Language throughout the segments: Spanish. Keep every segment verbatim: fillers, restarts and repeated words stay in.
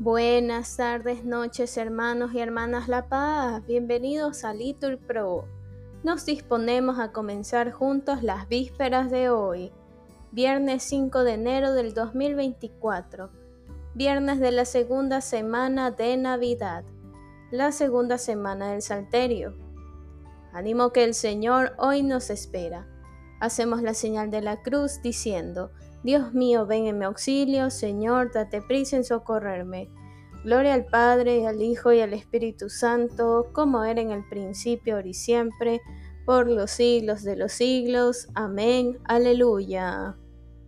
Buenas tardes, noches, hermanos y hermanas La Paz. Bienvenidos a Litur Pro. Nos disponemos a comenzar juntos las vísperas de hoy, viernes cinco de enero del dos mil veinticuatro, viernes de la segunda semana de Navidad, la segunda semana del Salterio. Ánimo que el Señor hoy nos espera. Hacemos la señal de la cruz diciendo: Dios mío, ven en mi auxilio, Señor, date prisa en socorrerme. Gloria al Padre, al Hijo y al Espíritu Santo, como era en el principio, ahora y siempre, por los siglos de los siglos. Amén. Aleluya.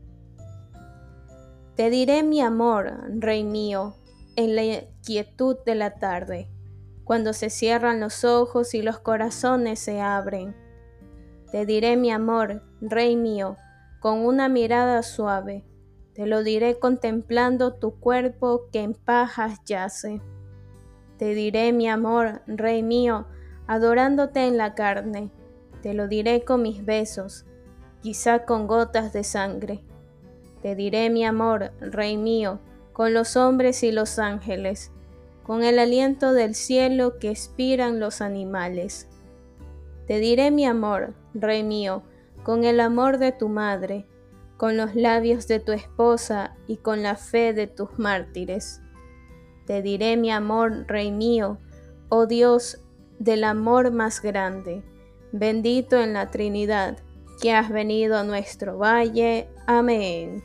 Te diré mi amor, Rey mío, en la quietud de la tarde, cuando se cierran los ojos y los corazones se abren. Te diré mi amor, Rey mío, con una mirada suave. Te lo diré contemplando tu cuerpo que en pajas yace. Te diré mi amor, Rey mío, adorándote en la carne. Te lo diré con mis besos, quizá con gotas de sangre. Te diré mi amor, Rey mío, con los hombres y los ángeles, con el aliento del cielo que expiran los animales. Te diré mi amor, Rey mío, con el amor de tu madre, con los labios de tu esposa y con la fe de tus mártires. Te diré mi amor, Rey mío, oh Dios del amor más grande, bendito en la Trinidad, que has venido a nuestro valle. Amén.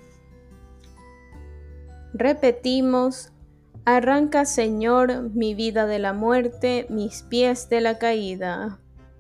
Repetimos: arranca, Señor, mi vida de la muerte, mis pies de la caída.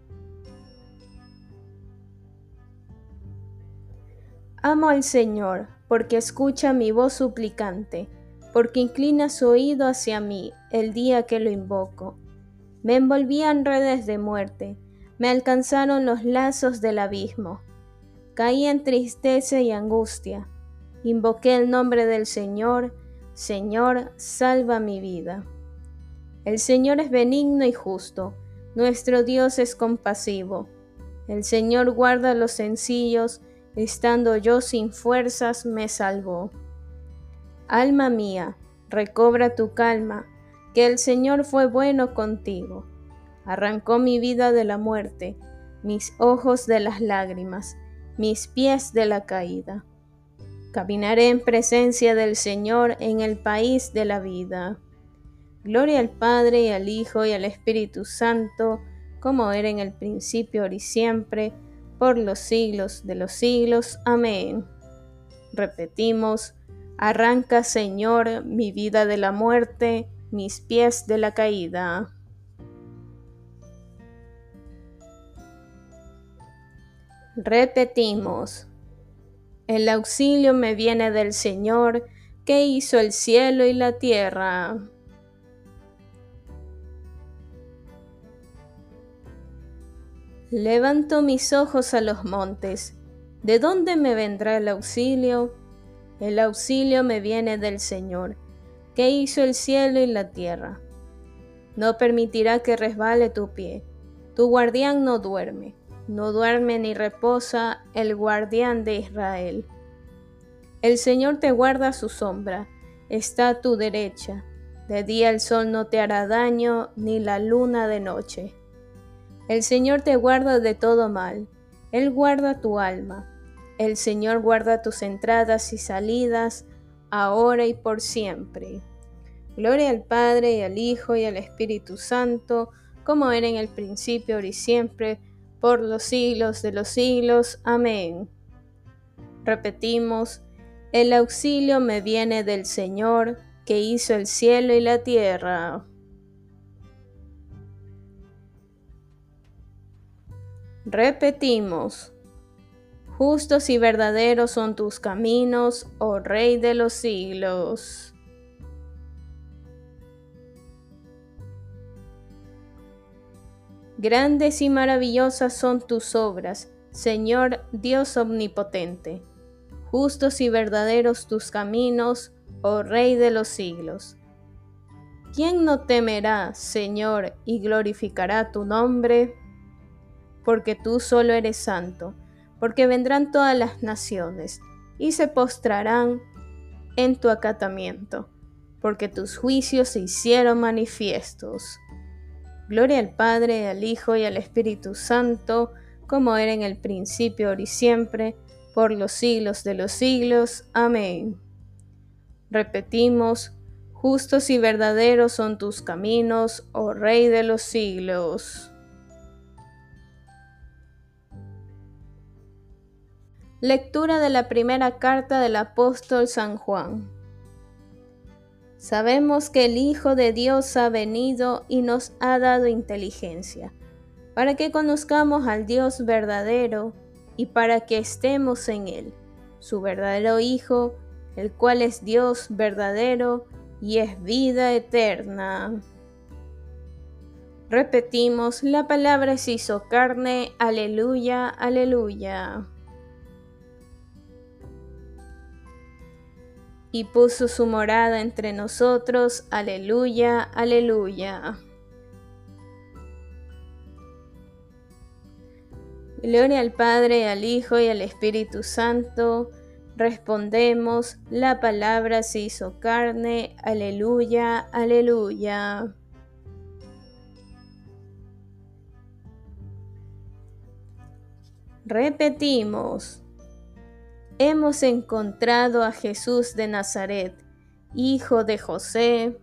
Amo al Señor, porque escucha mi voz suplicante, porque inclina su oído hacia mí el día que lo invoco. Me envolvían redes de muerte, me alcanzaron los lazos del abismo. Caí en tristeza y angustia. Invoqué el nombre del Señor. Señor, salva mi vida. El Señor es benigno y justo, nuestro Dios es compasivo. El Señor guarda a los sencillos, estando yo sin fuerzas me salvó. Alma mía, recobra tu calma, que el Señor fue bueno contigo. Arrancó mi vida de la muerte, mis ojos de las lágrimas, mis pies de la caída. Caminaré en presencia del Señor en el país de la vida. Gloria al Padre, y al Hijo, y al Espíritu Santo, como era en el principio, ahora y siempre, por los siglos de los siglos. Amén. Repetimos: arranca, Señor, mi vida de la muerte, mis pies de la caída. Repetimos: el auxilio me viene del Señor, que hizo el cielo y la tierra. Levanto mis ojos a los montes. ¿De dónde me vendrá el auxilio? El auxilio me viene del Señor, que hizo el cielo y la tierra. No permitirá que resbale tu pie. Tu guardián no duerme, no duerme ni reposa el guardián de Israel. El Señor te guarda a su sombra, está a tu derecha. De día el sol no te hará daño, ni la luna de noche. El Señor te guarda de todo mal, Él guarda tu alma. El Señor guarda tus entradas y salidas, ahora y por siempre. Gloria al Padre, y al Hijo, y al Espíritu Santo, como era en el principio, ahora y siempre, por los siglos de los siglos. Amén. Repetimos: el auxilio me viene del Señor, que hizo el cielo y la tierra. Repetimos: justos y verdaderos son tus caminos, oh Rey de los siglos. Grandes y maravillosas son tus obras, Señor Dios omnipotente. Justos y verdaderos tus caminos, oh Rey de los siglos. ¿Quién no temerá, Señor, y glorificará tu nombre? Porque tú solo eres santo, porque vendrán todas las naciones, y se postrarán en tu acatamiento. porque tus juicios se hicieron manifiestos. Gloria al Padre, al Hijo y al Espíritu Santo, como era en el principio, ahora y siempre, por los siglos de los siglos. Amén. Repetimos, justos y verdaderos son tus caminos, oh Rey de los siglos. Lectura de la primera carta del apóstol San Juan. Sabemos que el Hijo de Dios ha venido y nos ha dado inteligencia, para que conozcamos al Dios verdadero y para que estemos en Él, su verdadero Hijo, el cual es Dios verdadero y es vida eterna. Repetimos, la palabra se hizo carne, aleluya, aleluya. Y puso su morada entre nosotros, aleluya, aleluya. Gloria al Padre, al Hijo y al Espíritu Santo. Respondemos, la palabra se hizo carne, aleluya, aleluya. Repetimos. Hemos encontrado a Jesús de Nazaret, hijo de José,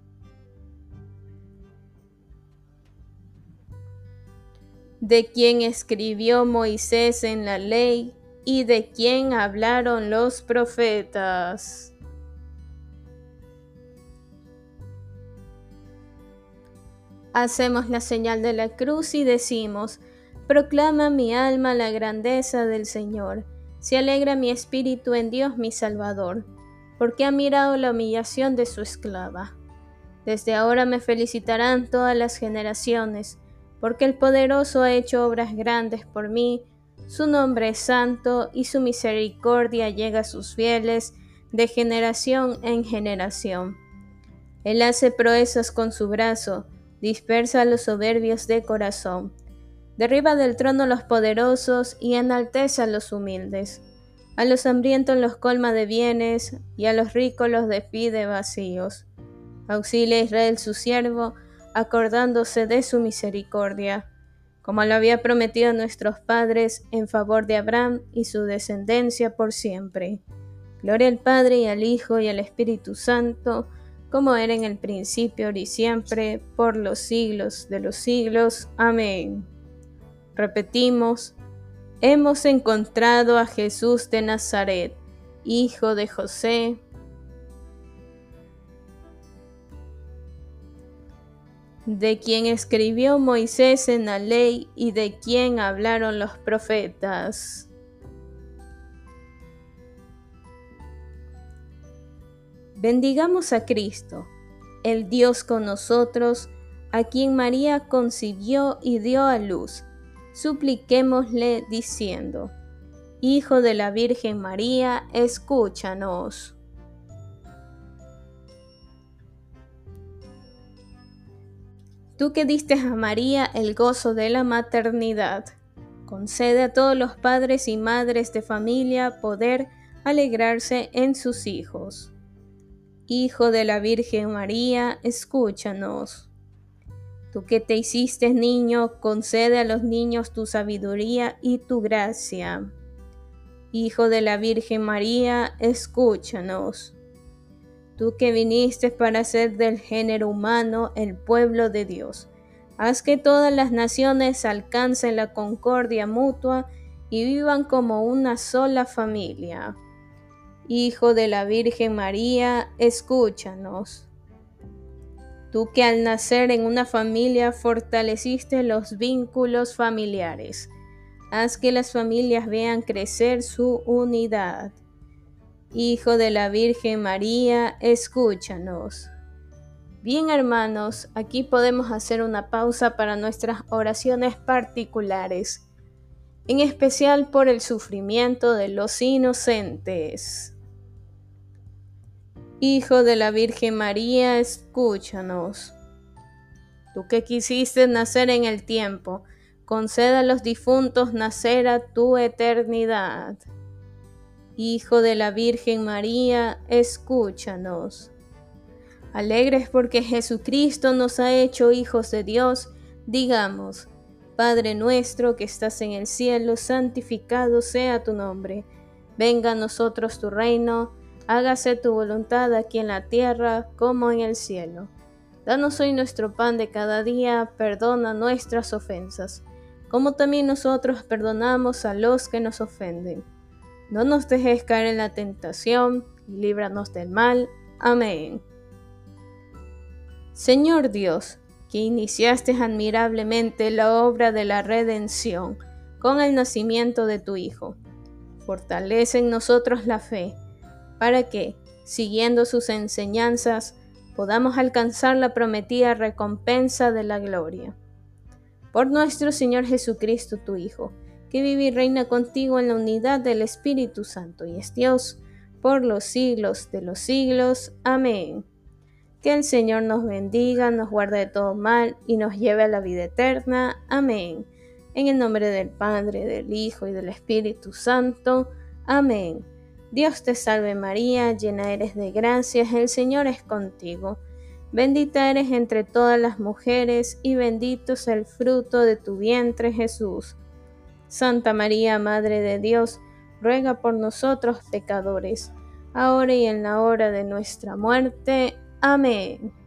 de quien escribió Moisés en la ley y de quien hablaron los profetas. Hacemos la señal de la cruz y decimos, proclama mi alma la grandeza del Señor. Se alegra mi espíritu en Dios mi Salvador, porque ha mirado la humillación de su esclava. Desde ahora me felicitarán todas las generaciones, porque el Poderoso ha hecho obras grandes por mí. Su nombre es santo y su misericordia llega a sus fieles de generación en generación. Él hace proezas con su brazo, dispersa a los soberbios de corazón. Derriba del trono los poderosos y enaltece a los humildes. A los hambrientos los colma de bienes y a los ricos los despide vacíos. Auxilia a Israel su siervo, acordándose de su misericordia, como lo había prometido a nuestros padres en favor de Abraham y su descendencia por siempre. Gloria al Padre y al Hijo y al Espíritu Santo, como era en el principio, ahora y siempre, por los siglos de los siglos. Amén. Repetimos, hemos encontrado a Jesús de Nazaret, hijo de José, de quien escribió Moisés en la ley y de quien hablaron los profetas. Bendigamos a Cristo, el Dios con nosotros, a quien María concibió y dio a luz. Supliquémosle diciendo, Hijo de la Virgen María, escúchanos. Tú que diste a María el gozo de la maternidad, concede a todos los padres y madres de familia poder alegrarse en sus hijos. Hijo de la Virgen María, escúchanos. Tú que te hiciste niño, concede a los niños tu sabiduría y tu gracia. Hijo de la Virgen María, escúchanos. Tú que viniste para hacer del género humano el pueblo de Dios, haz que todas las naciones alcancen la concordia mutua y vivan como una sola familia. Hijo de la Virgen María, escúchanos. Tú que al nacer en una familia fortaleciste los vínculos familiares, haz que las familias vean crecer su unidad. Hijo de la Virgen María, escúchanos. Bien, hermanos, aquí podemos hacer una pausa para nuestras oraciones particulares, en especial por el sufrimiento de los inocentes. Hijo de la Virgen María, escúchanos. Tú que quisiste nacer en el tiempo, conceda a los difuntos nacer a tu eternidad. Hijo de la Virgen María, escúchanos. Alegres porque Jesucristo nos ha hecho hijos de Dios, digamos: Padre nuestro que estás en el cielo, santificado sea tu nombre. Venga a nosotros tu reino, hágase tu voluntad aquí en la tierra como en el cielo. Danos hoy nuestro pan de cada día, perdona nuestras ofensas, como también nosotros perdonamos a los que nos ofenden. No nos dejes caer en la tentación, y líbranos del mal. Amén. Señor Dios, que iniciaste admirablemente la obra de la redención con el nacimiento de tu Hijo, fortalece en nosotros la fe, para que, siguiendo sus enseñanzas, podamos alcanzar la prometida recompensa de la gloria. Por nuestro Señor Jesucristo, tu Hijo, que vive y reina contigo en la unidad del Espíritu Santo y es Dios, por los siglos de los siglos. Amén. Que el Señor nos bendiga, nos guarde de todo mal y nos lleve a la vida eterna. Amén. En el nombre del Padre, del Hijo y del Espíritu Santo. Amén. Dios te salve María, llena eres de gracia, el Señor es contigo. Bendita eres entre todas las mujeres y bendito es el fruto de tu vientre Jesús. Santa María, Madre de Dios, ruega por nosotros pecadores, ahora y en la hora de nuestra muerte. Amén.